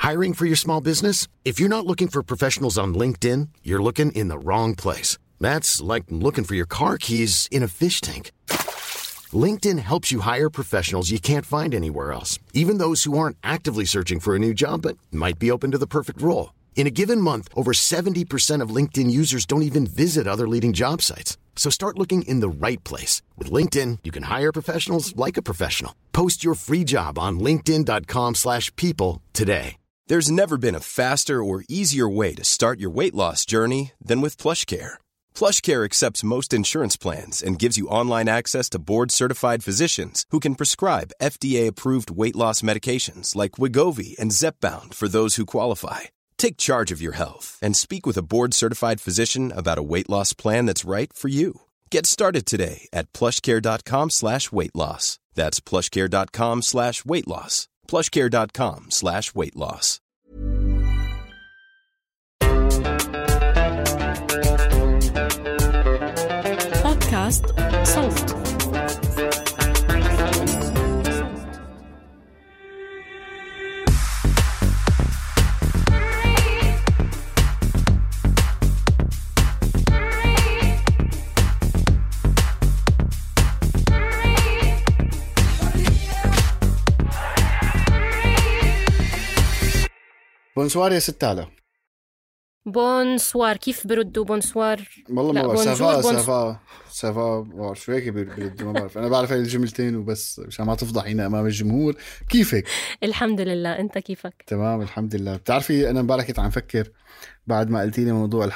Hiring for your small business? If you're not looking for professionals on LinkedIn, you're looking in the wrong place. That's like looking for your car keys in a fish tank. LinkedIn helps you hire professionals you can't find anywhere else, even those who aren't actively searching for a new job but might be open to the perfect role. In a given month, over 70% of LinkedIn users don't even visit other leading job sites. So start looking in the right place. With LinkedIn, you can hire professionals like a professional. Post your free job on linkedin.com/people today. There's never been a faster or easier way to start your weight loss journey than with PlushCare. PlushCare accepts most insurance plans and gives you online access to board-certified physicians who can prescribe FDA-approved weight loss medications like Wegovy and Zepbound for those who qualify. Take charge of your health and speak with a board-certified physician about a weight loss plan that's right for you. Get started today at plushcare.com/weightloss. That's plushcare.com/weightloss. plushcare.com/weightloss. بودكاست صوت. بونسوار يا ست علا. بونسوار. كيف بردوا بونسوار؟ والله ما بعرف. سافا بعرف شو هيك بردوا، ما بعرف. أنا بعرف هاي الجملتين وبس عشان ما تفضحينا أمام الجمهور. كيفك؟ الحمد لله، أنت كيفك؟ تمام الحمد لله. بتعرفي أنا امبارح كنت عم فكر بعد ما قلتيلي موضوع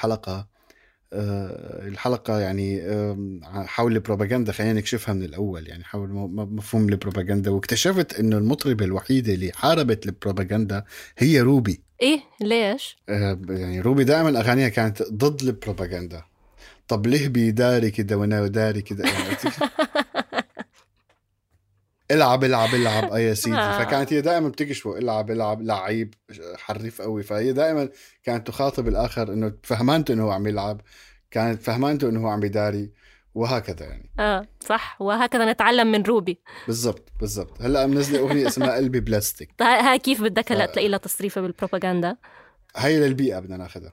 الحلقة يعني حول البروباغندا. خلينا نكشفها من الأول، يعني حول مفهوم البروباغندا. واكتشفت إنه المطربة الوحيدة اللي حاربت البروباغندا هي روبي. إيه ليش؟ يعني روبي دائما أغانيها كانت ضد البروباغندا. طب ليه بيداري كده وانا داري كده العب يا سيدي. فكانت هي دائما بتكشفه العب لعيب حريف قوي. فهي دائما كانت تخاطب الآخر إنه فهمانته إنه هو عم يلعب، كانت فهمانته إنه هو عم يداري، وهكذا يعني. صح، وهكذا نتعلم من روبي. بالضبط. هلأ منزلة أغنية اسمها قلبي بلاستيك. هاي كيف بدك هلأ تلاقي لها تصريفة بالبروباغندا؟ هاي للبيئة بدنا ناخدها.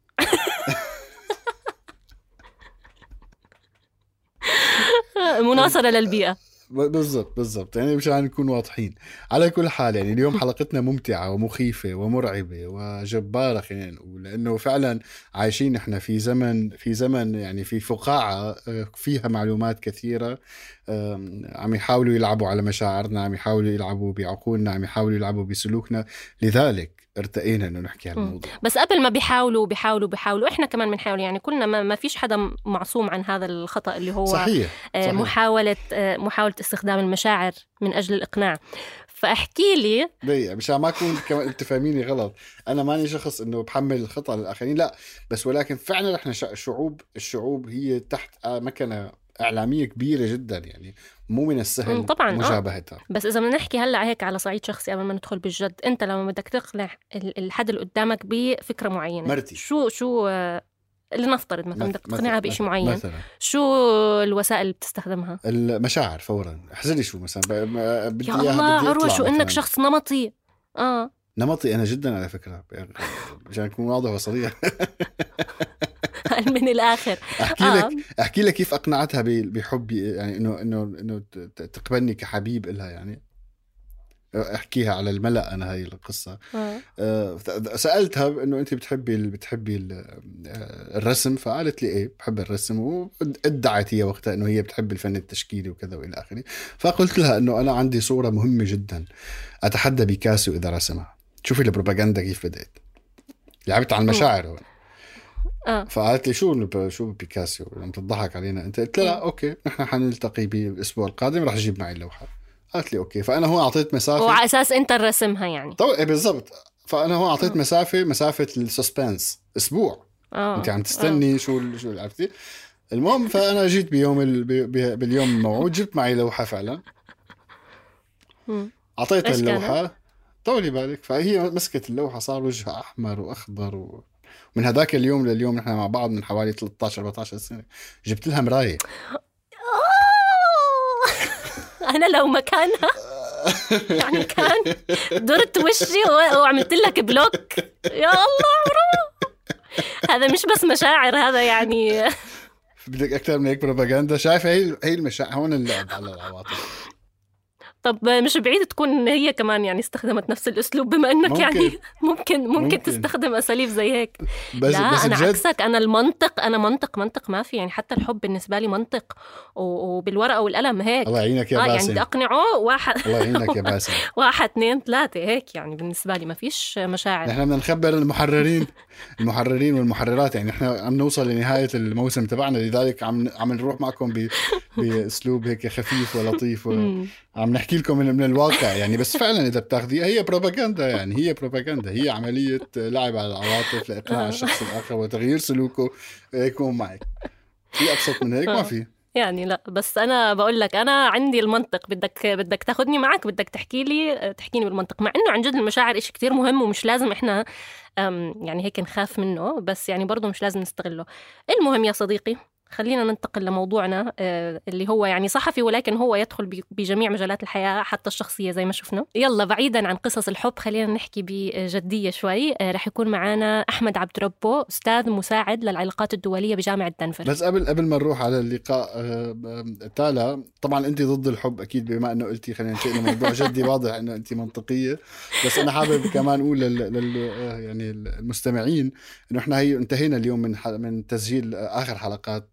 مناصرة للبيئة. بالضبط يعني مشان نكون واضحين. على كل حال يعني اليوم حلقتنا ممتعة ومخيفة ومرعبة وجبارة، خلينا نقول، لأنه فعلا عايشين احنا في زمن يعني في فقاعة فيها معلومات كثيرة عم يحاولوا يلعبوا على مشاعرنا، عم يحاولوا يلعبوا بعقولنا، عم يحاولوا يلعبوا بسلوكنا. لذلك ارتقينا انه نحكي عن الموضوع. بس قبل ما بيحاولوا احنا كمان بنحاول، يعني كلنا ما فيش حدا معصوم عن هذا الخطأ اللي هو صحيح. محاولة استخدام المشاعر من اجل الاقناع. فاحكي لي مشان ما اكون كمان انت فاهميني غلط، انا ماني شخص انه بحمل الخطأ للاخرين، لا، بس ولكن فعلا احنا الشعوب هي تحت مكنة إعلامية كبيرة جدا، يعني مو من السهل طبعاً مجابهتها. بس إذا بدنا نحكي هلأ هيك على صعيد شخصي قبل ما ندخل بالجد، أنت لما بدك تقنع الحد اللي قدامك بفكرة معينة، مرتي شو لنفترض مثلا بدك تقنعها بشيء معين مثلاً. شو الوسائل اللي بتستخدمها؟ المشاعر فورا. احزني شو مثلا بدي يا الله عروة، شو إنك شخص نمطي. نمطي أنا جدا على فكرة، عشان أكون واضح وصريح. من الآخر أحكي لك كيف أقنعتها بحبي، يعني إنه تقبلني كحبيب إلها. يعني أحكيها على الملأ أنا هاي القصة. سألتها إنه أنت بتحبي الرسم، فقالت لي إيه بحب الرسم، وادعت هي وقتها إنه هي بتحب الفن التشكيلي وكذا وإلى آخره. فقلت لها إنه أنا عندي صورة مهمة جدا أتحدى بيكاسو إذا رسمها. شوفي البروباغندا كيف بدأت، لعبت على المشاعر هون. فقالت لي شو بيكاسو عم تضحك علينا انت؟ قلت لها اوكي نحن حنلتقي بالاسبوع القادم، راح اجيب معي اللوحه. قالت لي اوكي. فانا هون اعطيت مسافه، وعلى اساس انت الرسمها يعني. طبعا بالضبط. فانا هون اعطيت مسافه السسبنس اسبوع. انت عم تستني شو عرفتي. المهم فانا جيت باليوم الموعود، جبت معي لوحه فعلا، اعطيتها اللوحه، طولي بالك. فهي مسكت اللوحه، صار وجهها احمر واخضر من هذاك اليوم لليوم نحن مع بعض من حوالي 13-14 سنة. جبت لها مراية. أنا لو مكانها يعني كان درت وشي وعملت لك بلوك. يا الله برو، هذا مش بس مشاعر، هذا يعني بدك أكتر من هيك بروباغندا. شايفة هي المشاعر هون اللعب على العواطف. طب مش بعيد تكون هي كمان يعني استخدمت نفس الأسلوب، بما أنك ممكن. يعني ممكن تستخدم أساليب زي هيك. بس أنا عكسك، أنا المنطق، أنا منطق ما في يعني، حتى الحب بالنسبة لي منطق وبالورقة والقلم هيك. الله يعينك يا باسم. يعني بدي أقنعه واحد الله يعينك يا باسم. 1 2 3 هيك يعني. بالنسبة لي ما فيش مشاعر. نحن بدنا نخبر المحررين والمحررات، يعني نحن عم نوصل لنهاية الموسم تبعنا، لذلك عم نروح معكم بأسلوب هيك خفيف ولطيف عم نحكي لكم من الواقع يعني. بس فعلا إذا بتاخذيها هي بروباغندا، يعني هي بروباغندا، هي عملية لعب على العواطف لإقناع الشخص الآخر وتغيير سلوكه يكون معك. في أبسط من هيك ما في يعني. لا بس أنا بقول لك، أنا عندي المنطق. بدك تاخدني معك، بدك تحكيني بالمنطق، مع إنه عن جد المشاعر إشي كتير مهم ومش لازم إحنا يعني هيك نخاف منه، بس يعني برضو مش لازم نستغله. المهم يا صديقي، خلينا ننتقل لموضوعنا اللي هو يعني صحفي، ولكن هو يدخل بجميع مجالات الحياة حتى الشخصية زي ما شفنا. يلا بعيدا عن قصص الحب، خلينا نحكي بجدية شوي. رح يكون معنا أحمد عبد ربه، أستاذ مساعد للعلاقات الدولية بجامعة دنفر. بس قبل ما نروح على اللقاء، تالا طبعا أنت ضد الحب أكيد، بما أنه قلتي خلينا ننتقل لموضوع جدي. واضح أنه أنت منطقية، بس أنا حابب كمان أقول يعني المستمعين إنه إحنا انتهينا اليوم من تسجيل آخر حلقات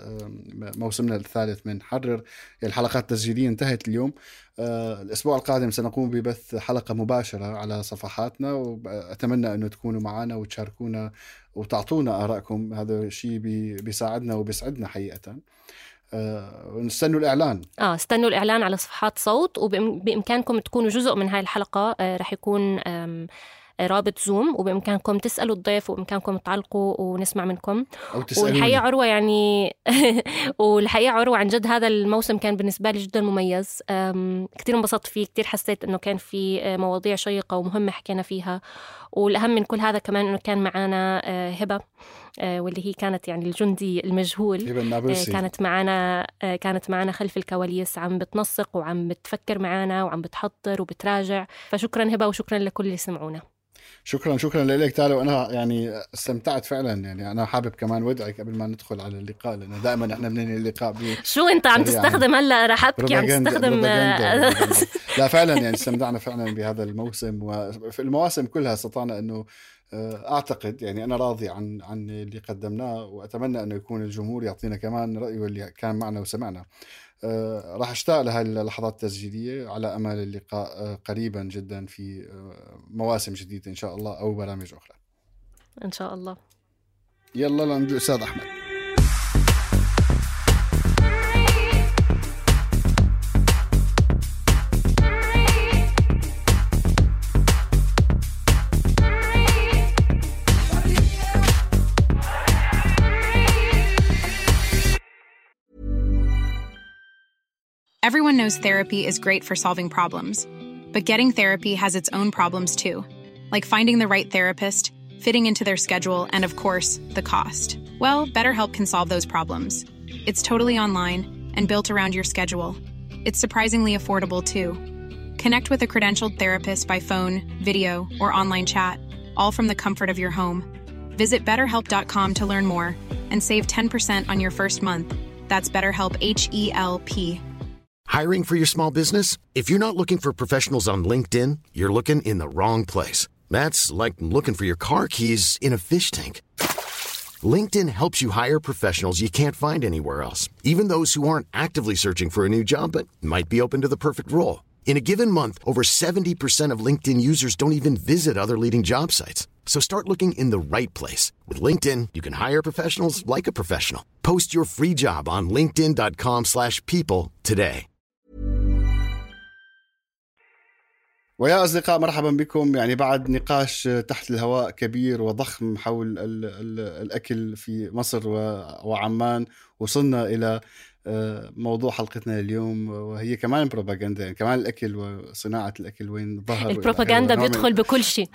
موسمنا الثالث من حرر. الحلقات التسجيلية انتهت اليوم. الأسبوع القادم سنقوم ببث حلقة مباشرة على صفحاتنا، وأتمنى أنه تكونوا معنا وتشاركونا وتعطونا آرائكم. هذا الشيء بيساعدنا وبيسعدنا حقيقة. ونستنوا الإعلان. استنوا الإعلان على صفحات صوت، وبإمكانكم تكونوا جزء من هاي الحلقة. رح يكون رابط زوم، وبإمكانكم تسألوا الضيف، وبإمكانكم تعلقوا ونسمع منكم. والحقيقة عروة يعني والحقيقة عروة عن جد هذا الموسم كان بالنسبة لي جدا مميز. كتير انبسطت فيه، كتير حسيت إنه كان في مواضيع شيقة ومهمة حكينا فيها. والأهم من كل هذا كمان إنه كان معنا هبة، واللي هي كانت يعني الجندي المجهول. كانت معنا خلف الكواليس، عم بتنسق وعم بتفكر معنا وعم بتحضر وبتراجع. فشكرا هبة، وشكرا لكل اللي سمعونا. شكرا لك تالا. وأنا يعني استمتعت فعلا. يعني أنا حابب كمان ودعك قبل ما ندخل على اللقاء، لأنه دائما إحنا بننهي اللقاء شو أنت عم تستخدم هلأ؟ رح أبكي. عم تستخدم لا فعلا يعني استمتعنا فعلا بهذا الموسم، وفي المواسم كلها استطعنا أنه أعتقد يعني أنا راضي عن اللي قدمناه، وأتمنى أنه يكون الجمهور يعطينا كمان رأيه اللي كان معنا وسمعنا. راح اشتاق لها اللحظات التسجيلية، على أمل اللقاء قريبا جدا في مواسم جديدة إن شاء الله، أو برامج أخرى إن شاء الله. يلا لعند الأستاذ أحمد. Everyone knows therapy is great for solving problems, but getting therapy has its own problems too, like finding the right therapist, fitting into their schedule, and of course, the cost. Well, BetterHelp can solve those problems. It's totally online and built around your schedule. It's surprisingly affordable too. Connect with a credentialed therapist by phone, video, or online chat, all from the comfort of your home. Visit BetterHelp.com to learn more and save 10% on your first month. That's BetterHelp, H-E-L-P. Hiring for your small business? If you're not looking for professionals on LinkedIn, you're looking in the wrong place. That's like looking for your car keys in a fish tank. LinkedIn helps you hire professionals you can't find anywhere else, even those who aren't actively searching for a new job but might be open to the perfect role. In a given month, over 70% of LinkedIn users don't even visit other leading job sites. So start looking in the right place. With LinkedIn, you can hire professionals like a professional. Post your free job on linkedin.com/people today. ويا أصدقاء، مرحبا بكم. يعني بعد نقاش تحت الهواء كبير وضخم حول الأكل في مصر وعمان، وصلنا إلى موضوع حلقتنا اليوم، وهي كمان بروباغندا. يعني كمان الأكل وصناعة الأكل وين ظهر البروباغندا بيدخل بكل شيء.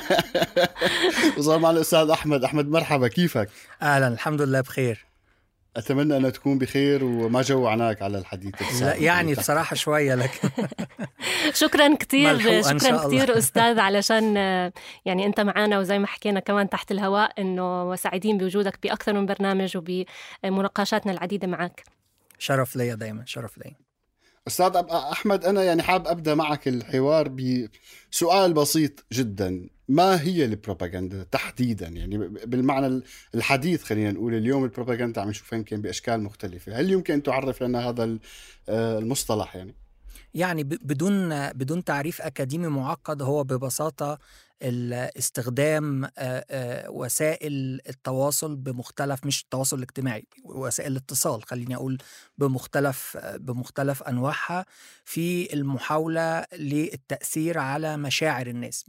وصار معنا الأستاذ أحمد. مرحبا، كيفك؟ أهلا، الحمد لله بخير. أتمنى أن تكون بخير وما جوعناك على الحديث. لا يعني بصراحة شوية لكن شكرا كتير شكرا كتير أستاذ علشان يعني أنت معنا، وزي ما حكينا كمان تحت الهواء إنه سعيدين بوجودك بأكثر من برنامج وبمناقشاتنا العديدة معك. شرف لي دايما، شرف لي. أستاذ أحمد، أنا يعني حاب أبدأ معك الحوار بسؤال بسيط جدا. ما هي البروباغندا تحديدا؟ يعني بالمعنى الحديث خلينا نقول اليوم البروباغندا عم نشوفها يمكن بأشكال مختلفة. هل يمكن أن تعرف لنا هذا المصطلح؟ يعني بدون تعريف أكاديمي معقد، هو ببساطة الاستخدام وسائل التواصل بمختلف، مش التواصل الاجتماعي، وسائل الاتصال خليني أقول بمختلف أنواعها، في المحاولة للتأثير على مشاعر الناس،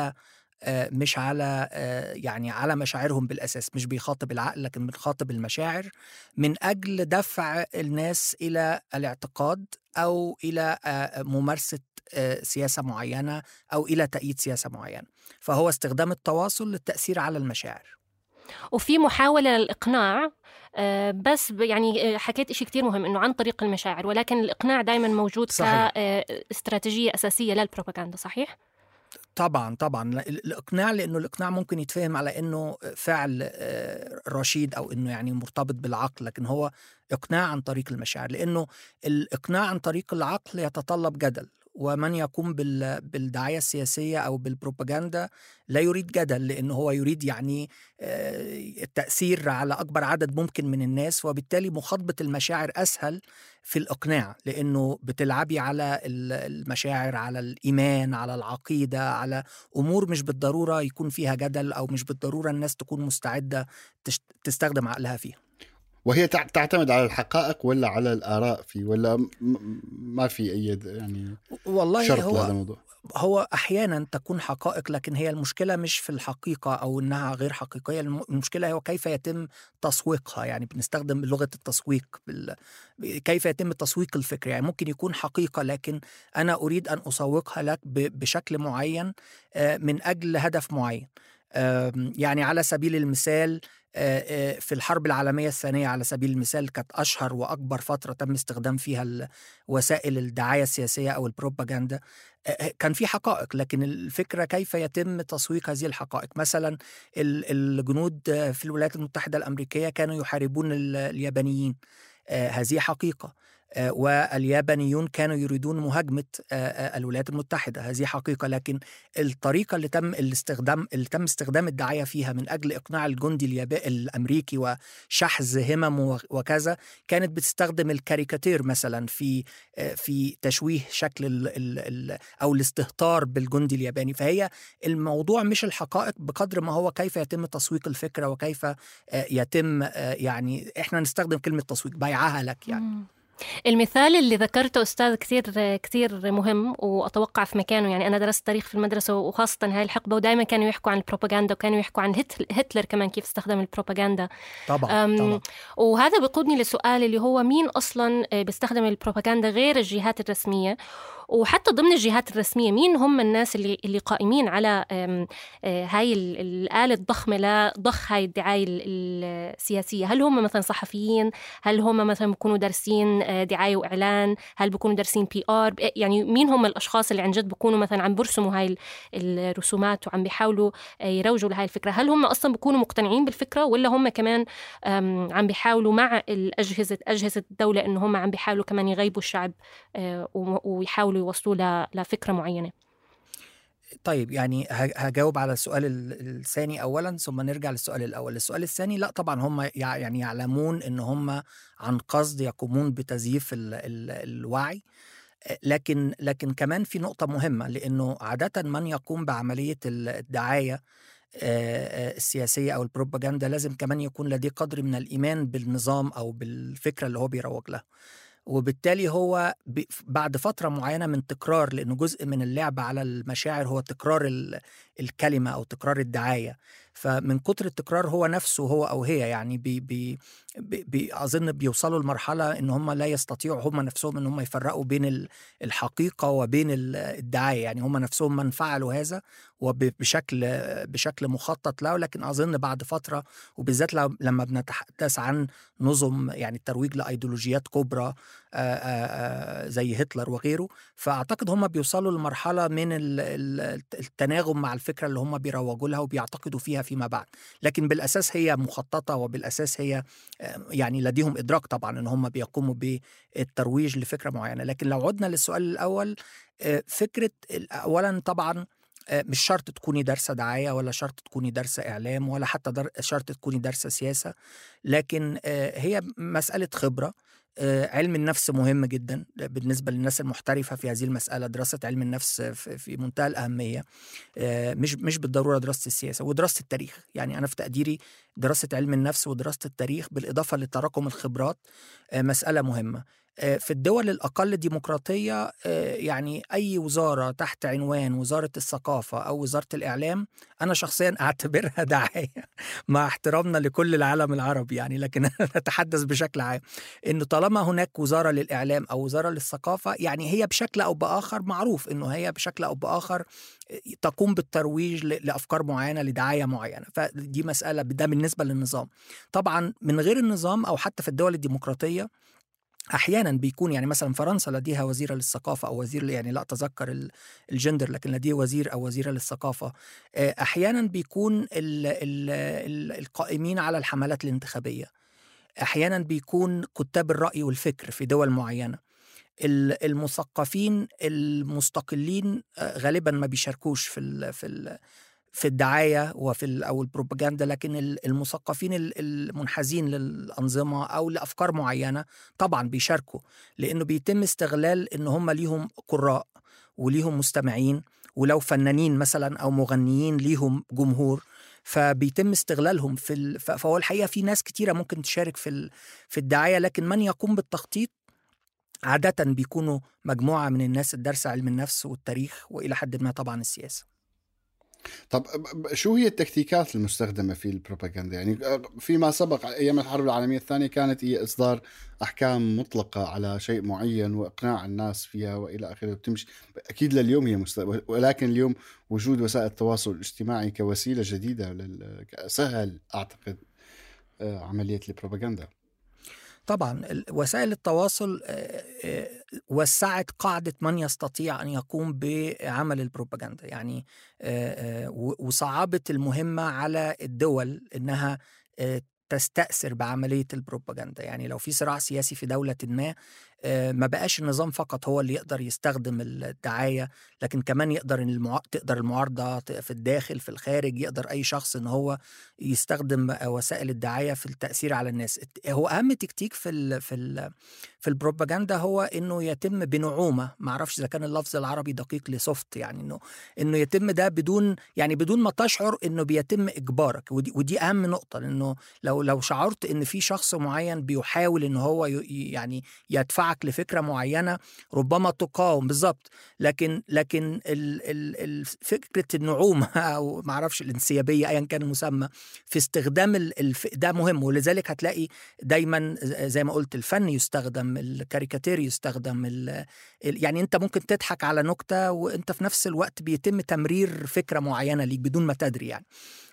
مش على يعني على مشاعرهم بالأساس. مش بيخاطب العقل لكن بيخاطب المشاعر، من أجل دفع الناس إلى الاعتقاد أو إلى ممارسة سياسة معينة أو إلى تأييد سياسة معينة. فهو استخدام التواصل للتأثير على المشاعر. وفي محاولة للإقناع، بس يعني حكيت إشي كتير مهم إنه عن طريق المشاعر، ولكن الإقناع دايما موجود كاستراتيجية أساسية للبروباغندا. صحيح؟ طبعا الإقناع، لأنه الإقناع ممكن يتفهم على أنه فعل رشيد أو أنه يعني مرتبط بالعقل، لكن هو إقناع عن طريق المشاعر، لأنه الإقناع عن طريق العقل يتطلب جدل، ومن يقوم بالدعاية السياسية أو بالبروباغندا لا يريد جدل، لأنه هو يريد يعني التأثير على أكبر عدد ممكن من الناس، وبالتالي مخاطبة المشاعر أسهل في الإقناع، لأنه بتلعبي على المشاعر، على الإيمان، على العقيدة، على أمور مش بالضرورة يكون فيها جدل، أو مش بالضرورة الناس تكون مستعدة تستخدم عقلها فيها. وهي تعتمد على الحقائق ولا على الآراء فيه، ولا ما في أي يعني والله شرط لهذا الموضوع؟ هو أحيانا تكون حقائق، لكن هي المشكلة مش في الحقيقة أو إنها غير حقيقية. المشكلة هو كيف يتم تسويقها. يعني بنستخدم لغة التسويق كيف يتم تسويق الفكرة. يعني ممكن يكون حقيقة لكن أنا أريد أن أسوقها لك بشكل معين من أجل هدف معين. يعني على سبيل المثال في الحرب العالمية الثانية على سبيل المثال كانت أشهر وأكبر فترة تم استخدام فيها وسائل الدعاية السياسية أو البروباغندا. كان في حقائق، لكن الفكرة كيف يتم تسويق هذه الحقائق. مثلا الجنود في الولايات المتحدة الأمريكية كانوا يحاربون اليابانيين، هذه حقيقة. واليابانيون كانوا يريدون مهاجمة الولايات المتحدة، هذه حقيقة. لكن الطريقة اللي تم استخدام الدعاية فيها من أجل إقناع الجندي الأمريكي وشحذ همم وكذا، كانت بتستخدم الكاريكاتير مثلا في تشويه شكل أو الاستهتار بالجندي الياباني. فهي الموضوع مش الحقائق بقدر ما هو كيف يتم تسويق الفكرة، وكيف يتم يعني إحنا نستخدم كلمة تسويق، بيعها لك يعني. المثال اللي ذكرته أستاذ كتير مهم، وأتوقع في مكانه. يعني أنا درست تاريخ في المدرسة وخاصة هاي الحقبة، ودائما كانوا يحكوا عن البروباغندا، وكانوا يحكوا عن هتلر كمان كيف استخدم البروباغندا. طبعا. وهذا بيقودني لسؤال اللي هو مين أصلا بيستخدم البروباغندا غير الجهات الرسمية؟ وحتى ضمن الجهات الرسمية مين هم الناس اللي قائمين على هاي الآلة الضخمة لضخ هاي الدعاية السياسية؟ هل هم مثلا صحفيين؟ هل هم مثلا بيكونوا دارسين دعاية وإعلان؟ هل بيكونوا دارسين PR؟ يعني مين هم الأشخاص اللي عن جد بيكونوا مثلا عم برسموا هاي الرسومات وعم بيحاولوا يروجوا لهاي الفكرة؟ هل هم أصلا بيكونوا مقتنعين بالفكرة، ولا هم كمان عم بيحاولوا مع أجهزة الدولة إنه هم عم بيحاولوا كمان يغيبوا الشعب ويحاولوا يوصلوا لفكرة معينة؟ طيب يعني هجاوب على السؤال الثاني أولا ثم نرجع للسؤال الأول. السؤال الثاني، لا طبعا هم يعني يعلمون إن هم عن قصد يقومون بتزييف الوعي، لكن كمان في نقطة مهمة، لأنه عادة من يقوم بعملية الدعاية السياسية أو البروباغندا لازم كمان يكون لديه قدر من الإيمان بالنظام أو بالفكرة اللي هو بيروج لها، وبالتالي هو بعد فترة معينة من تكرار، لأنه جزء من اللعب على المشاعر هو تكرار الكلمة أو تكرار الدعاية، فمن كتر التكرار هو نفسه هو أو هي يعني أظن بيوصلوا لمرحلة إن هم لا يستطيعوا هم نفسهم إن هم يفرقوا بين الحقيقة وبين الدعاية. يعني هم نفسهم من فعلوا هذا وبشكل مخطط له، لكن أظن بعد فترة، وبالذات لما بنتحدث عن نظم يعني الترويج لأيديولوجيات كبرى زي هتلر وغيره، فأعتقد هم بيوصلوا لمرحلة من التناغم مع الفكرة اللي هم بيروجوا لها وبيعتقدوا فيها فيما بعد. لكن بالأساس هي مخططة، وبالأساس هي يعني لديهم إدراك طبعا إن هم بيقوموا بالترويج لفكرة معينة. لكن لو عدنا للسؤال الأول، فكرة أولا طبعا مش شرط تكوني دارسة دعاية، ولا شرط تكوني دارسة إعلام، ولا حتى شرط تكوني دارسة سياسة، لكن هي مسألة خبرة. علم النفس مهم جدا بالنسبة للناس المحترفة في هذه المسألة. دراسة علم النفس في منتهى الأهمية، مش بالضرورة دراسة السياسة ودراسة التاريخ. يعني أنا في تقديري دراسة علم النفس ودراسة التاريخ بالإضافة لتراكم الخبرات مسألة مهمة. في الدول الأقل ديمقراطية يعني أي وزارة تحت عنوان وزارة الثقافة أو وزارة الإعلام أنا شخصيا أعتبرها دعاية مع احترامنا لكل العالم العربي يعني، لكن نتحدث بشكل عام إنه طالما هناك وزارة للإعلام أو وزارة للثقافة، يعني هي بشكل أو بآخر معروف إنه هي بشكل أو بآخر تقوم بالترويج لأفكار معينة، لدعاية معينة. فدي مسألة، ده بالنسبة للنظام. طبعا من غير النظام أو حتى في الدول الديمقراطية احيانا بيكون يعني مثلا فرنسا لديها وزيره للثقافه او وزير، يعني لا اتذكر الجندر، لكن لديه وزير او وزيره للثقافه. احيانا بيكون القائمين على الحملات الانتخابيه، احيانا بيكون كتاب الراي والفكر في دول معينه. المثقفين المستقلين غالبا ما بيشاركوش في الدعاية أو البروباغندا، لكن المثقفين المنحازين للأنظمة أو لأفكار معينة طبعا بيشاركوا، لأنه بيتم استغلال إن هم ليهم قراء وليهم مستمعين، ولو فنانين مثلا أو مغنيين ليهم جمهور، فبيتم استغلالهم فهو الحقيقة في ناس كتيرة ممكن تشارك في الدعاية، لكن من يقوم بالتخطيط عادة بيكونوا مجموعة من الناس الدارسة علم النفس والتاريخ وإلى حد ما طبعا السياسة. طب شو هي التكتيكات المستخدمة في البروباغندا؟ يعني فيما سبق أيام الحرب العالمية الثانية كانت هي إصدار أحكام مطلقة على شيء معين وإقناع الناس فيها وإلى آخره، وتمشي أكيد لليوم هي ولكن اليوم وجود وسائل التواصل الاجتماعي كوسيلة جديدة سهل أعتقد عملية البروباغندا. طبعا وسائل التواصل وسعت قاعدة من يستطيع أن يقوم بعمل البروباغندا، يعني وصعبت المهمة على الدول إنها تستأثر بعملية البروباغندا. يعني لو في صراع سياسي في دولة ما بقاش النظام فقط هو اللي يقدر يستخدم الدعاية، لكن كمان تقدر المعارضة في الداخل في الخارج، يقدر أي شخص إن هو يستخدم وسائل الدعاية في التأثير على الناس. هو أهم تكتيك في البروباغندا هو إنه يتم بنعومة، معرفش إذا كان اللفظ العربي دقيق لسوفت، يعني إنه يتم ده بدون ما تشعر إنه بيتم إجبارك. ودي أهم نقطة، لأنه لو شعرت إن في شخص معين بيحاول إن هو يعني يدفعك لفكرة معينة، ربما تقاوم بالضبط، لكن فكرة النعومة أو معرفش الانسيابية أيا كان المسمى في استخدام ده مهم. ولذلك هتلاقي دايما زي ما قلت الفن يستخدم، الكاريكاتير يستخدم، يعني أنت ممكن تضحك على نكتة وأنت في نفس الوقت بيتم تمرير فكرة معينة ليك بدون ما تدري. يعني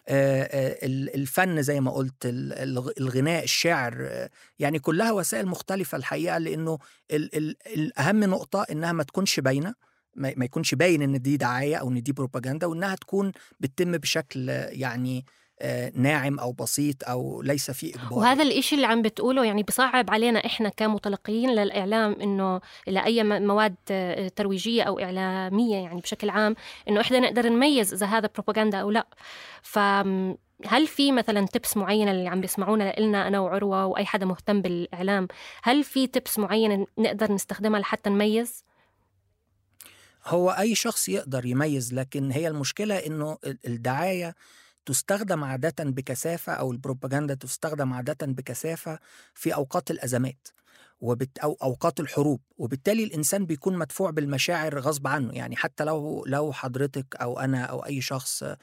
الفن زي ما قلت، الغناء، الشعر، يعني كلها وسائل مختلفة الحقيقة، لأنه الأهم نقطة إنها ما تكونش باينة، ما يكونش باين إن دي دعاية أو إن دي بروباغندا، وإنها تكون بتتم بشكل يعني ناعم أو بسيط أو ليس فيه إجبار. وهذا الإشي اللي عم بتقوله يعني بصعب علينا إحنا كمتلقيين للإعلام، إنه إلى أي مواد ترويجية أو إعلامية يعني بشكل عام، إنه إحنا نقدر نميز إذا هذا بروباغندا أو لا. هل في مثلا تبس معينة اللي عم بيسمعونا لنا أنا وعروة وأي حدا مهتم بالإعلام، هل في تبس معينة نقدر نستخدمها لحتى نميز؟ هو أي شخص يقدر يميز، لكن هي المشكلة إنه الدعاية تستخدم عادة بكثافة، أو البروباغندا تستخدم عادة بكثافة في أوقات الأزمات أو أوقات الحروب، وبالتالي الإنسان بيكون مدفوع بالمشاعر غصب عنه. يعني حتى لو حضرتك أو أنا أو أي شخص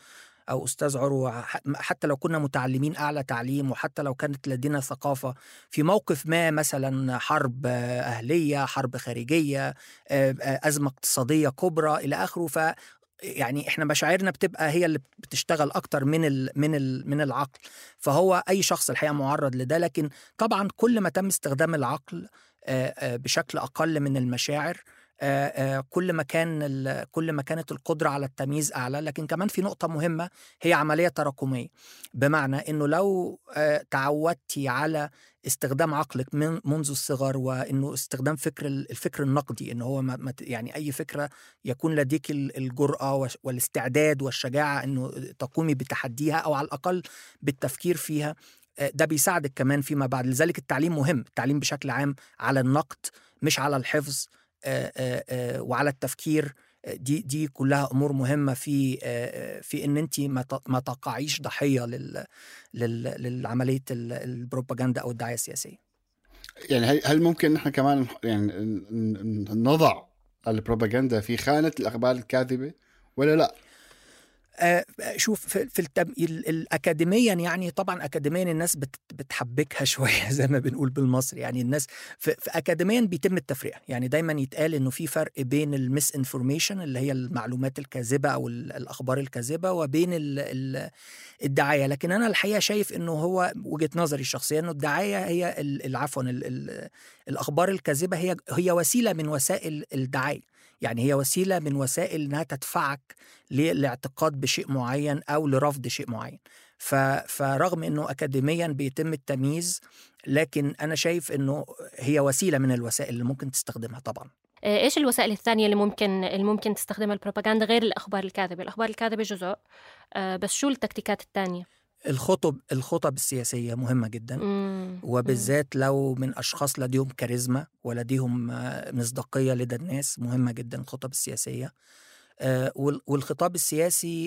أو أستاذ عروة، حتى لو كنا متعلمين أعلى تعليم، وحتى لو كانت لدينا ثقافة، في موقف ما مثلا حرب أهلية، حرب خارجية، أزمة اقتصادية كبرى إلى آخره، يعني احنا مشاعرنا بتبقى هي اللي بتشتغل اكتر من العقل. فهو اي شخص الحقيقه معرض لده، لكن طبعا كل ما تم استخدام العقل بشكل اقل من المشاعر، كل ما كانت القدره على التمييز اعلى. لكن كمان في نقطه مهمه، هي عمليه تراكميه، بمعنى انه لو تعودتي على استخدام عقلك منذ الصغر، وانه استخدام الفكر النقدي، انه هو يعني اي فكره يكون لديك الجرأة والاستعداد والشجاعه انه تقومي بتحديها، او على الاقل بالتفكير فيها، ده بيساعدك كمان فيما بعد. لذلك التعليم مهم، التعليم بشكل عام على النقد مش على الحفظ، وعلى التفكير. دي كلها امور مهمه في ان انت ما تقعيش ضحيه للعمليه البروباغندا او الدعايه السياسيه. يعني هل ممكن نحن كمان يعني نضع البروباغندا في خانه الاخبار الكاذبه ولا لا؟ شوف، في الأكاديميا، يعني طبعا أكاديميا الناس بتحبكها شوية زي ما بنقول بالمصري. يعني الناس في أكاديميا بيتم التفرقة، يعني دايما يتقال إنه في فرق بين الميس انفورميشن اللي هي المعلومات الكاذبة أو الأخبار الكاذبة، وبين الدعاية. لكن أنا الحقيقة شايف إنه هو وجهة نظري الشخصية إنه الدعاية هي الأخبار الكاذبة هي وسيلة من وسائل الدعاية، يعني هي وسيلة من وسائل إنها تدفعك للاعتقاد بشيء معين أو لرفض شيء معين. فرغم أنه أكاديميا بيتم التمييز، لكن أنا شايف أنه هي وسيلة من الوسائل اللي ممكن تستخدمها. طبعا إيش الوسائل الثانية اللي ممكن تستخدمها البروباغندا غير الأخبار الكاذبة؟ الأخبار الكاذبة جزء، بس شو التكتيكات الثانية؟ الخطب السياسية مهمة جدا، وبالذات لو من أشخاص لديهم كاريزما ولديهم مصداقية لدى الناس، مهمة جدا الخطب السياسية. والخطاب السياسي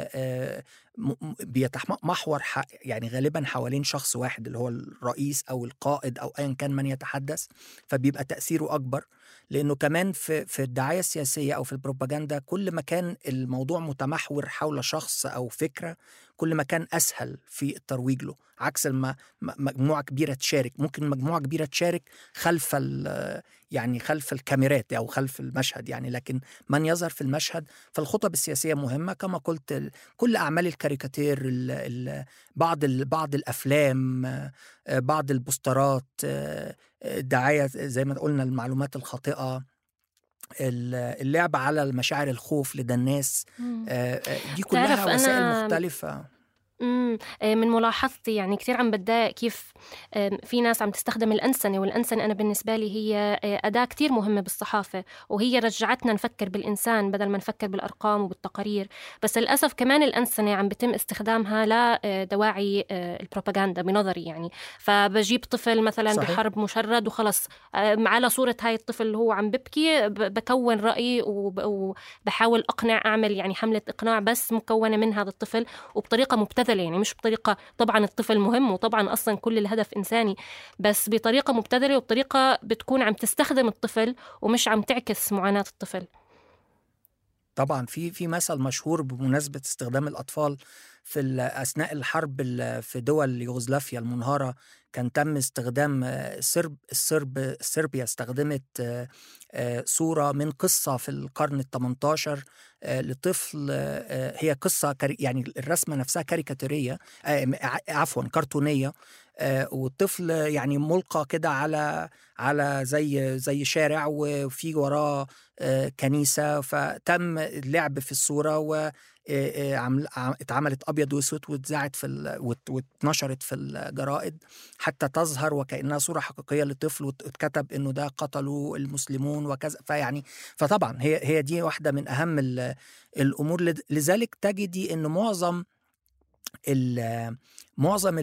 بيتمحور يعني غالبا حوالين شخص واحد، اللي هو الرئيس أو القائد أو أيا كان من يتحدث، فبيبقى تأثيره أكبر. لأنه كمان في الدعاية السياسية أو في البروباغندا، كل ما كان الموضوع متمحور حول شخص أو فكرة، كل ما كان أسهل في الترويج له، عكس ما مجموعة كبيرة تشارك. ممكن مجموعة كبيرة تشارك خلف الكاميرات أو خلف المشهد، يعني لكن من يظهر في المشهد. فالخطب السياسية مهمة كما قلت. كل أعمال الكاريكاتير، بعض الأفلام، بعض البوسترات، الدعاية زي ما قلنا، المعلومات الخاطئة، اللعب على المشاعر الخوف لدى الناس، دي كلها وسائل مختلفة. من ملاحظتي يعني كثير عم بتضايق كيف في ناس عم تستخدم الأنسنة، والأنسنة أنا بالنسبة لي هي أداة كثير مهمة بالصحافة، وهي رجعتنا نفكر بالإنسان بدل ما نفكر بالأرقام وبالتقارير. بس للأسف كمان الأنسنة عم بتم استخدامها لدواعي البروباغندا بنظري. يعني فبجيب طفل مثلا صحيح. بحرب مشرد وخلص، على صورة هاي الطفل اللي هو عم ببكي بكون رأي وبحاول أعمل يعني حملة إقناع بس مكونة من هذا الطفل، وبطريقة مبتذلة، يعني مش بطريقة، طبعا الطفل مهم وطبعا أصلا كل الهدف إنساني، بس بطريقة مبتذلة وبطريقة بتكون عم تستخدم الطفل ومش عم تعكس معاناة الطفل. طبعا في مثل مشهور بمناسبة استخدام الأطفال في أثناء الحرب في دول يوغوسلافيا المنهارة. كان تم استخدام صربيا استخدمت صورة من قصة في القرن ال18 لطفل. هي قصة يعني الرسمة نفسها كاريكاتيرية، عفوا كرتونية، والطفل يعني ملقى كده على زي شارع، وفي وراه كنيسة. فتم اللعب في الصورة، و اتعملت أبيض وأسود واتذاعت واتنشرت في الجرائد حتى تظهر وكأنها صورة حقيقية لطفل، واتكتب إنه ده قتلوا المسلمون وكذا. فطبعا هي دي واحدة من أهم الأمور. لذلك تجدي إنه معظم معظم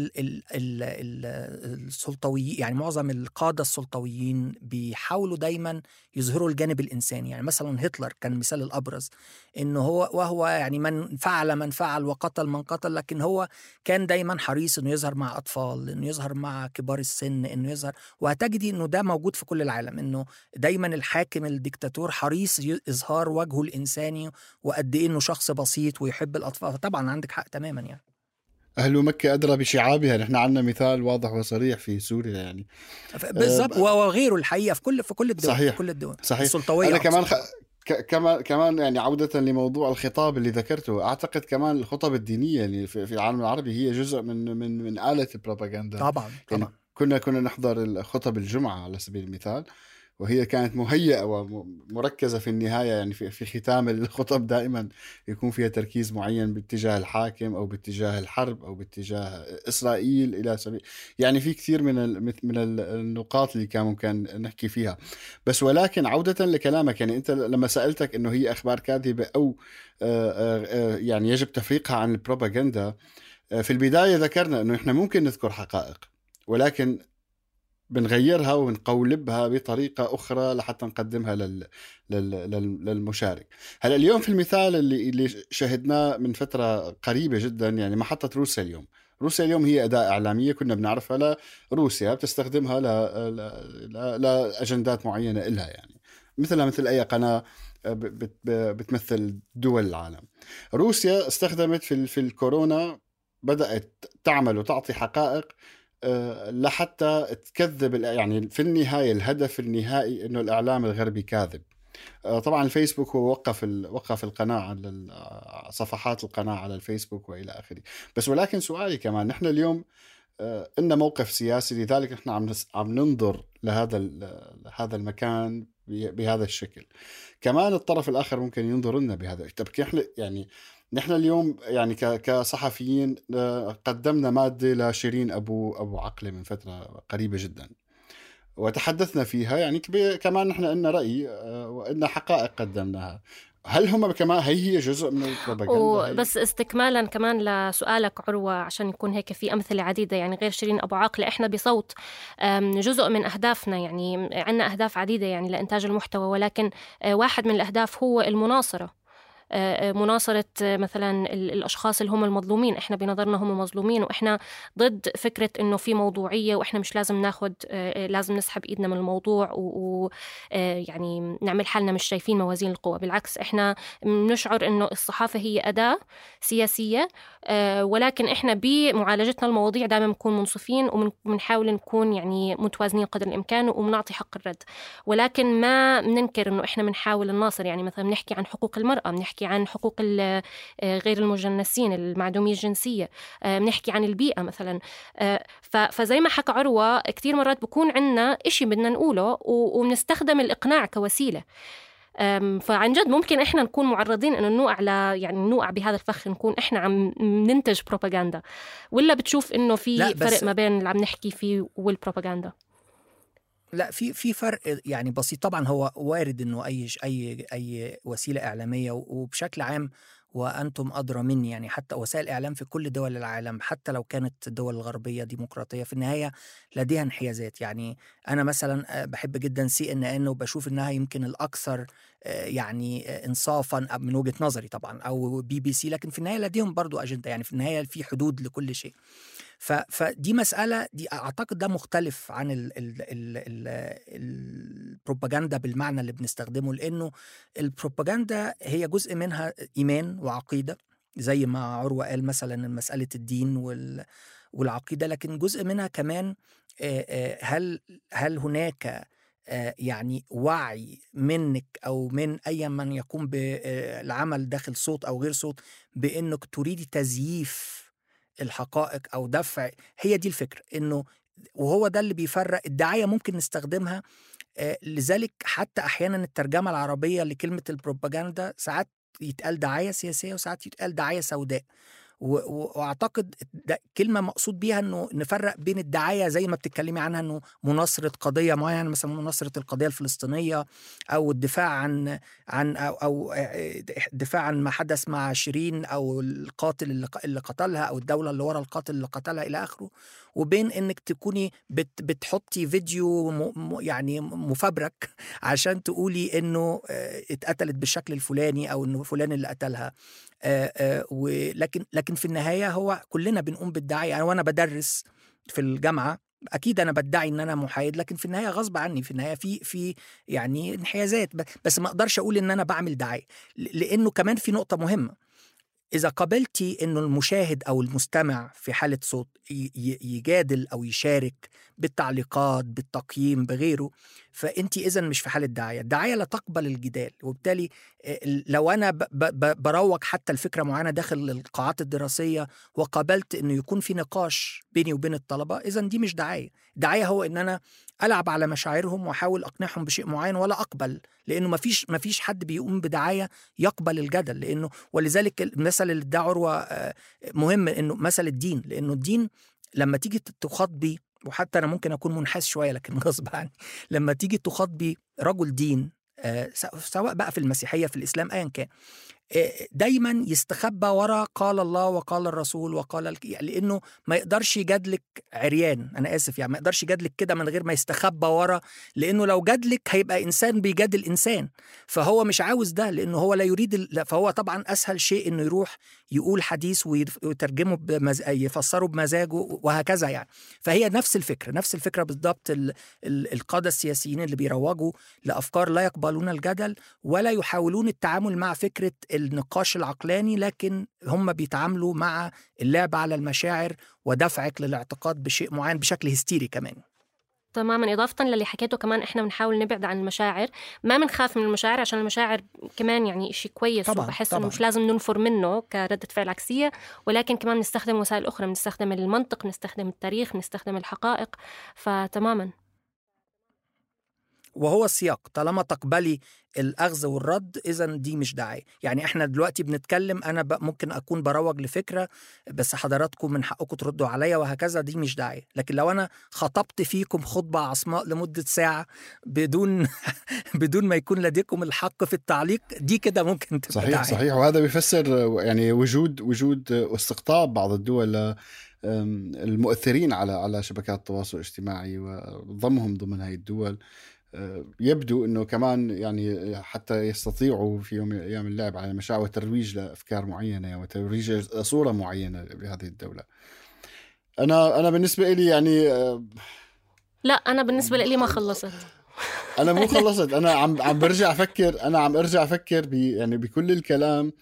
السلطويين، يعني معظم القادة السلطويين بيحاولوا دايما يظهروا الجانب الإنساني. يعني مثلا هتلر كان مثال الأبرز، إنه وهو يعني من فعل وقتل من قتل، لكن هو كان دايما حريص إنه يظهر مع أطفال، إنه يظهر مع كبار السن، إنه يظهر. وهتجدي إنه ده موجود في كل العالم، إنه دايما الحاكم الدكتاتور حريص إظهار وجهه الإنساني وقد إيه إنه شخص بسيط ويحب الأطفال. طبعا عندك حق تماما يعني. أهل مكة أدرى بشعابها. نحن عندنا مثال واضح وصريح في سوريا يعني بالضبط، وغيره الحقيقة في كل الدول. صحيح. في كل الدول صحيح. السلطوية. أنا كمان يعني عودة لموضوع الخطاب اللي ذكرته، أعتقد كمان الخطب الدينية اللي في العالم العربي هي جزء من آلة البروباغندا. طبعا. يعني كنا نحضر خطب الجمعة على سبيل المثال، وهي كانت مهيئة ومركزة في النهاية. يعني في ختام الخطب دائما يكون فيها تركيز معين باتجاه الحاكم أو باتجاه الحرب أو باتجاه إسرائيل إلى سبيل. يعني في كثير من النقاط اللي كان ممكن نحكي فيها. بس ولكن عودة لكلامك، يعني أنت لما سألتك إنه هي أخبار كاذبة أو يعني يجب تفريقها عن البروباغندا، في البداية ذكرنا إنه إحنا ممكن نذكر حقائق، ولكن بنغيرها ونقولبها بطريقة أخرى لحتى نقدمها للمشارك. هلأ اليوم في المثال اللي شاهدناه من فترة قريبة جدا، يعني محطة روسيا اليوم هي أداة إعلامية كنا بنعرفها لروسيا، بتستخدمها لأجندات معينة إلها، يعني مثل أي قناة بتمثل دول العالم. روسيا استخدمت في الكورونا، بدأت تعمل وتعطي حقائق لحتى تكذب. يعني في النهاية الهدف النهائي إنه الإعلام الغربي كاذب. طبعا الفيسبوك هو وقف القناة على صفحات القناة على الفيسبوك وإلى آخره. بس ولكن سؤالي كمان، نحن اليوم إن موقف سياسي، لذلك نحن عم ننظر لهذا المكان بهذا الشكل. كمان الطرف الآخر ممكن ينظر لنا بهذا. طب يعني نحن اليوم يعني كصحفيين قدمنا مادة لشيرين أبو عقلة من فترة قريبة جدا، وتحدثنا فيها. يعني كمان نحن لنا رأي وإن حقائق قدمناها. هل هم كمان هي جزء من البروباغندا؟ بس استكمالا كمان لسؤالك عروة، عشان يكون هيك في أمثلة عديدة، يعني غير شيرين أبو عاقلة إحنا بصوت جزء من أهدافنا، يعني عنا أهداف عديدة يعني لإنتاج المحتوى، ولكن واحد من الأهداف هو المناصرة. مناصرة مثلا الأشخاص اللي هم المظلومين. إحنا بنظرنا هم مظلومين، وإحنا ضد فكرة إنه في موضوعية وإحنا مش لازم لازم نسحب إيدنا من الموضوع يعني نعمل حالنا مش شايفين موازين القوى. بالعكس، إحنا نشعر إنه الصحافة هي أداة سياسية، ولكن إحنا بمعالجتنا المواضيع دائما نكون منصفين وبنحاول نكون يعني متوازنين قدر الإمكان وبنعطي حق الرد، ولكن ما بننكر إنه إحنا بنحاول الناصر. يعني مثلا بنحكي عن حقوق المرأة، بنحكي عن حقوق غير المجنسين، المعدومية الجنسية، بنحكي عن البيئة مثلا. فزي ما حكى عروة، كتير مرات بكون عنا إشي بدنا نقوله وبنستخدم الإقناع كوسيلة. فعن جد ممكن إحنا نكون معرضين إنه نوقع بهذا الفخ، نكون إحنا عم ننتج بروباغندا. ولا بتشوف إنه في فرق ما بين اللي عم نحكي فيه والبروباغندا؟ لا، في فرق يعني بسيط. طبعا هو وارد انه اي وسيله اعلاميه، وبشكل عام وانتم ادرى مني، يعني حتى وسائل الاعلام في كل دول العالم حتى لو كانت الدول الغربيه ديمقراطيه في النهايه لديها انحيازات. يعني انا مثلا بحب جدا CNN، وبشوف انها يمكن الاكثر يعني انصافا من وجهه نظري طبعا، او BBC، لكن في النهايه لديهم برضو اجنده. يعني في النهايه في حدود لكل شيء. فدي مسألة، دي أعتقد ده مختلف عن البروباغندا بالمعنى اللي بنستخدمه، لأنه البروباغندا هي جزء منها إيمان وعقيدة، زي ما عروة قال مثلا مسألة الدين والعقيدة، لكن جزء منها كمان هل هناك يعني وعي منك أو من أي من يقوم بالعمل داخل صوت أو غير صوت بأنك تريد تزييف الحقائق أو دفع. هي دي الفكرة، إنه وهو ده اللي بيفرق. الدعاية ممكن نستخدمها، لذلك حتى أحيانا الترجمة العربية لكلمة البروباغندا ساعات يتقال دعاية سياسية وساعات يتقال دعاية سوداء، واعتقد كلمة مقصود بيها انه نفرق بين الدعاية زي ما بتتكلمي عنها انه مناصرة قضية معينة، مثلا مناصرة القضية الفلسطينية او الدفاع عن او دفاع عن ما حدث مع شيرين او القاتل اللي قتلها او الدولة اللي ورا القاتل اللي قتلها الى اخره، وبين انك تكوني بتحطي فيديو يعني مفبرك عشان تقولي انه اتقتلت بالشكل الفلاني او انه فلان اللي قتلها. لكن في النهاية هو كلنا بنقوم بالدعاية. أنا وأنا بدرس في الجامعة أكيد أنا بدعي إن أنا محايد، لكن في النهاية غصب عني، في النهاية في يعني انحيازات، بس ما أقدرش أقول إن أنا بعمل دعاية، لأنه كمان في نقطة مهمة. إذا قبلتي إنه المشاهد أو المستمع في حالة صوت يجادل أو يشارك بالتعليقات بالتقييم بغيره، فأنت إذن مش في حالة دعاية. الدعاية لا تقبل الجدال، وبالتالي لو أنا بروج حتى الفكرة معينة داخل القاعات الدراسية وقبلت إنه يكون في نقاش بيني وبين الطلبة، إذن دي مش دعاية. دعاية هو إن أنا ألعب على مشاعرهم وأحاول أقنعهم بشيء معين ولا أقبل، لأنه مفيش حد بيقوم بدعاية يقبل الجدل. لأنه ولذلك المثل اللي ادعى عروة مهم، إنه مثل الدين، لأنه الدين لما تيجي تخاطبي، وحتى أنا ممكن أكون منحاز شوية لكن غصب عني، لما تيجي تخاطبي رجل دين سواء بقى في المسيحية في الإسلام أيا كان، دايما يستخبى وراء قال الله وقال الرسول وقال لأنه ما يقدرش يجادلك عريان، أنا آسف يعني، ما يقدرش يجادلك كده من غير ما يستخبى وراء، لأنه لو جادلك هيبقى إنسان بيجادل إنسان، فهو مش عاوز ده، لأنه هو لا يريد فهو طبعا أسهل شيء إنه يروح يقول حديث ويترجمه يفسره بمزاجه وهكذا يعني. فهي نفس الفكرة بالضبط. القادة السياسيين اللي بيروجوا لأفكار لا يقبلون الجدل ولا يحاولون التعامل مع فكرة النقاش العقلاني، لكن هم بيتعاملوا مع اللعب على المشاعر ودفعك للاعتقاد بشيء معين بشكل هستيري كمان. تماما. إضافة للي حكيته كمان إحنا بنحاول نبعد عن المشاعر، ما بنخاف من المشاعر عشان المشاعر كمان يعني إشي كويس، وبحس إنه مش لازم ننفر منه كردة فعل عكسية، ولكن كمان نستخدم وسائل أخرى، نستخدم المنطق، نستخدم التاريخ، نستخدم الحقائق. فتماما. وهو السياق، طالما تقبلي الأخذ والرد إذن دي مش دعاية. يعني إحنا دلوقتي بنتكلم، أنا ممكن أكون بروج لفكرة بس حضراتكم من حقكم تردوا عليا وهكذا، دي مش دعاية. لكن لو أنا خطبت فيكم خطبة عصماء لمدة ساعة بدون ما يكون لديكم الحق في التعليق، دي كده ممكن تبقى دعاية. صحيح. وهذا بيفسر يعني وجود واستقطاب بعض الدول المؤثرين على شبكات التواصل الاجتماعي وضمهم ضمن هاي الدول. يبدو أنه كمان يعني حتى يستطيعوا في يوم من الأيام اللعب على المشاعر وترويج لأفكار معينة وترويج صورة معينة بهذه الدولة. أنا بالنسبة لي يعني لا، أنا بالنسبة لي ما خلصت. أنا مو خلصت. أنا عم برجع أفكر. أنا عم أرجع أفكر يعني بكل الكلام.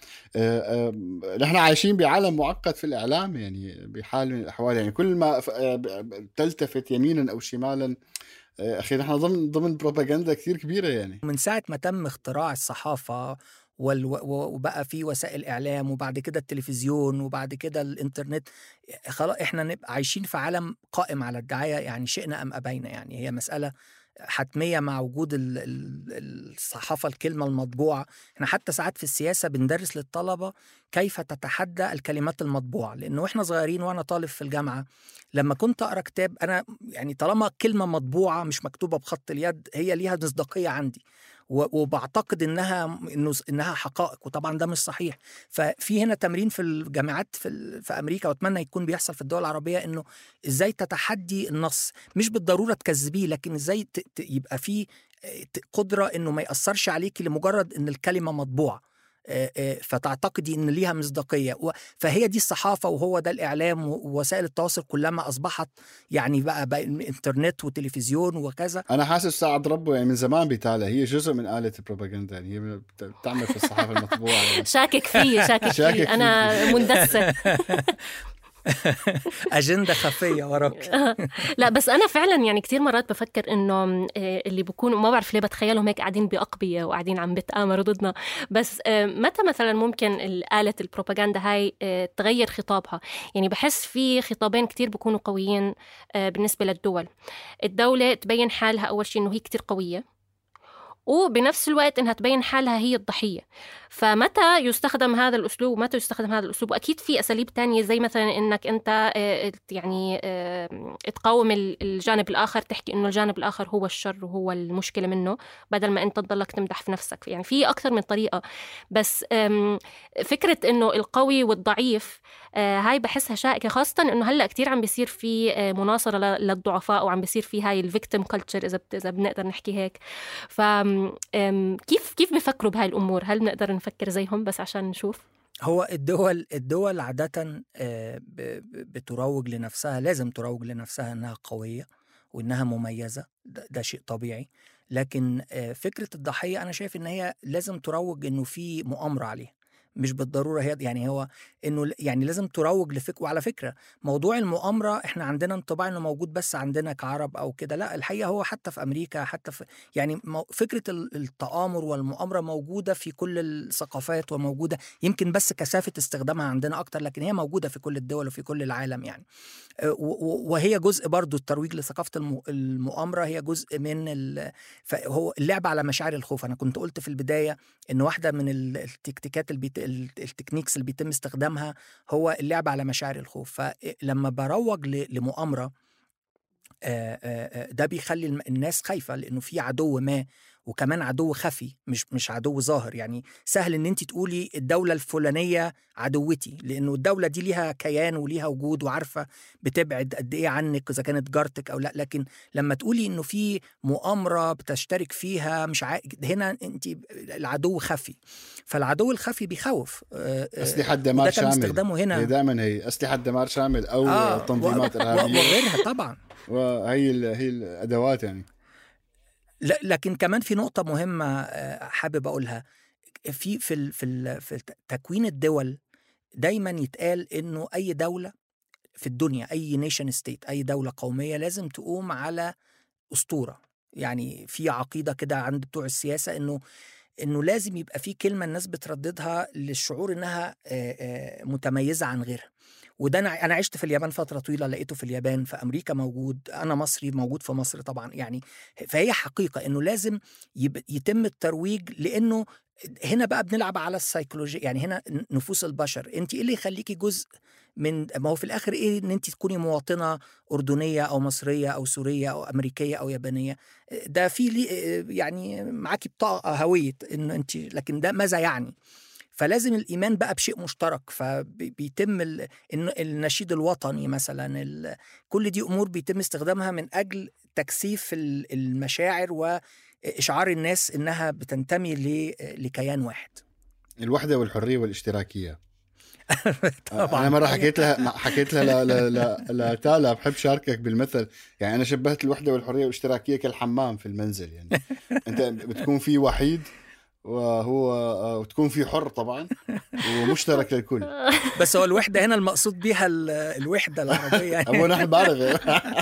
نحن عايشين بعالم معقد في الإعلام، يعني بحال من الأحوال، يعني كل ما تلتفت يمينا أو شمالا أخي نحن ضمن بروباغندا كثير كبيرة. يعني من ساعة ما تم اختراع الصحافة وبقى في وسائل إعلام وبعد كده التلفزيون وبعد كده الإنترنت، خلاص إحنا نبقى عايشين في عالم قائم على الدعاية، يعني شئنا أم أبينا. يعني هي مسألة حتمية مع وجود الصحافة، الكلمة المطبوعة. احنا حتى ساعات في السياسة بندرس للطلبة كيف تتحدى الكلمات المطبوعة، لأنه احنا صغيرين وأنا طالب في الجامعة لما كنت أقرأ كتاب، أنا يعني طالما كلمة مطبوعة مش مكتوبة بخط اليد هي ليها مصداقية عندي، وبعتقد إنها حقائق، وطبعا ده مش صحيح. ففي هنا تمرين في الجامعات في أمريكا، وأتمنى يكون بيحصل في الدول العربية، إنه إزاي تتحدي النص، مش بالضرورة تكذبيه، لكن إزاي يبقى فيه قدرة إنه ما يأثرش عليكي لمجرد إن الكلمة مطبوعة، فتعتقدي إن ليها مصداقية. فهي دي الصحافة وهو ده الإعلام ووسائل التواصل كلما أصبحت يعني بقى إنترنت وتلفزيون وكذا. أنا حاسس ساعد ربه يعني من زمان بتالي هي جزء من آلة البروباغندا، يعني هي بتعمل في الصحافة المطبوعة. يعني. شاكك فيه أنا مندسة. أجندة خفية وراك. لا بس أنا فعلا يعني كتير مرات بفكر إنه اللي بيكونوا ما بعرف ليه بتخيلهم هيك قاعدين بأقبية وقاعدين عم بتآمروا ضدنا، بس متى مثلا ممكن آلة البروباغندا هاي تغير خطابها؟ يعني بحس في خطابين كتير بيكونوا قويين بالنسبة للدول. الدولة تبين حالها أول شيء إنه هي كتير قوية، وبنفس الوقت إنها تبين حالها هي الضحية. فمتى يستخدم هذا الأسلوب ومتى يستخدم هذا الأسلوب؟ وأكيد في أساليب تانية، زي مثلا إنك أنت يعني تقاوم الجانب الآخر، تحكي إنه الجانب الآخر هو الشر وهو المشكلة منه، بدل ما أنت تضلك تمدح في نفسك. يعني في أكثر من طريقة، بس فكرة إنه القوي والضعيف هاي بحسها شائكة، خاصة إنه هلأ كتير عم بيصير في مناصرة للضعفاء، وعم بيصير في هاي الفيكتيم كلتشر إذا بنقدر نحكي هيك. كيف بيفكروا بهاي الأمور؟ هل بنقدر نفكر زيهم بس عشان نشوف؟ هو الدول عادة بتروج لنفسها، لازم تروج لنفسها أنها قوية وأنها مميزة، ده شيء طبيعي. لكن فكرة الضحية أنا شايف أن هي لازم تروج أنه في مؤامرة عليها، مش بالضرورة هي يعني هو إنه يعني لازم تروج وعلى فكرة موضوع المؤامرة إحنا عندنا انطباع إنه موجود بس عندنا كعرب أو كده، لا الحقيقة هو حتى في أمريكا، حتى في يعني فكرة التآمر والمؤامرة موجودة في كل الثقافات وموجودة، يمكن بس كثافة استخدامها عندنا أكتر، لكن هي موجودة في كل الدول وفي كل العالم يعني. وهي جزء برضو الترويج لثقافة المؤامرة، هي جزء من فهو اللعب على مشاعر الخوف. أنا كنت قلت في البداية إن واحدة من التكتيكات التكنيكس اللي بيتم استخدامها هو اللعب على مشاعر الخوف. فلما بروج لمؤامرة ده بيخلي الناس خايفة، لأنه في عدو ما، وكمان عدو خفي مش عدو ظاهر. يعني سهل ان انت تقولي الدولة الفلانية عدوتي، لانه الدولة دي ليها كيان وليها وجود وعارفة بتبعد قد ايه عنك اذا كانت جارتك او لا. لكن لما تقولي انه في مؤامرة بتشترك فيها هنا انت العدو خفي، فالعدو الخفي بيخوف. أسلحة دمار شامل استخدامه هنا هي دائما هي أسلحة دمار شامل او تنظيمات إرهابية وغيرها طبعا، وهي الأدوات يعني. لكن كمان في نقطة مهمة حابب أقولها، في تكوين الدول دايما يتقال إنه أي دولة في الدنيا، أي نيشن ستيت، أي دولة قومية لازم تقوم على أسطورة. يعني في عقيدة كده عند بتوع السياسة إنه لازم يبقى في كلمة الناس بترددها للشعور إنها متميزة عن غيرها. وده أنا عشت في اليابان فترة طويلة، لقيته في اليابان، في أمريكا موجود، أنا مصري موجود في مصر طبعا يعني. فهي حقيقة إنه لازم يتم الترويج، لأنه هنا بقى بنلعب على السيكولوجيا. يعني هنا نفوس البشر، أنت إيه اللي يخليكي جزء من، ما هو في الآخر إيه، إن أنت تكوني مواطنة أردنية أو مصرية أو سورية أو أمريكية أو يابانية، ده في يعني معاكي بطاقة هوية إنه أنت، لكن ده ماذا يعني؟ فلازم الإيمان بقى بشيء مشترك، فبيتم النشيد الوطني مثلا، كل دي أمور بيتم استخدامها من أجل تكثيف المشاعر وإشعار الناس إنها بتنتمي لكيان واحد. الوحدة والحرية والاشتراكية. طبعا أنا مرة حكيت لها لتالا، بحب شاركك بالمثل. يعني أنا شبهت الوحدة والحرية والاشتراكية كالحمام في المنزل. يعني أنت بتكون في وحيد وهو وتكون في حر طبعا ومشترك للكل. بس هو الوحدة هنا المقصود بها الوحدة العربية. أبو نحن بارغ.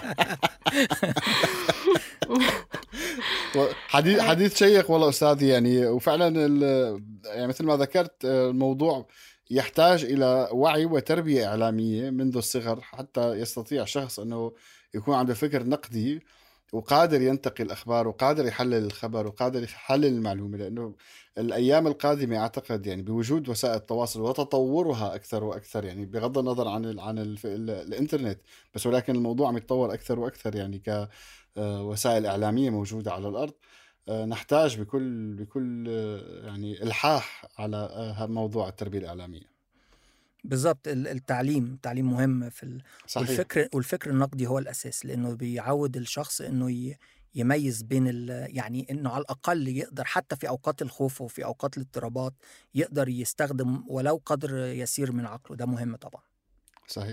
حديث شيق والله أستاذي يعني. وفعلا يعني مثل ما ذكرت الموضوع يحتاج إلى وعي وتربية إعلامية منذ الصغر، حتى يستطيع شخص أنه يكون عنده فكر نقدي وقادر ينتقي الأخبار وقادر يحلل الخبر وقادر يحلل المعلومة. لأنه الأيام القادمة أعتقد يعني بوجود وسائل التواصل وتطورها أكثر وأكثر، يعني بغض النظر عن الإنترنت بس، ولكن الموضوع عم يتطور أكثر وأكثر يعني كوسائل إعلامية موجودة على الأرض. نحتاج بكل يعني إلحاح على موضوع التربية الإعلامية. بالضبط، التعليم مهم في والفكر النقدي هو الأساس، لأنه بيعود الشخص إنه يميز بين يعني إنه على الأقل يقدر حتى في أوقات الخوف وفي أوقات الاضطرابات يقدر يستخدم ولو قدر يسير من عقله. ده مهم طبعا. صحيح.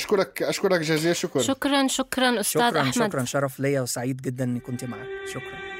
أشكرك جزيل الشكر. شكرا أستاذ أحمد. شكرا، شرف ليا وسعيد جدا إني كنت معك. شكرا.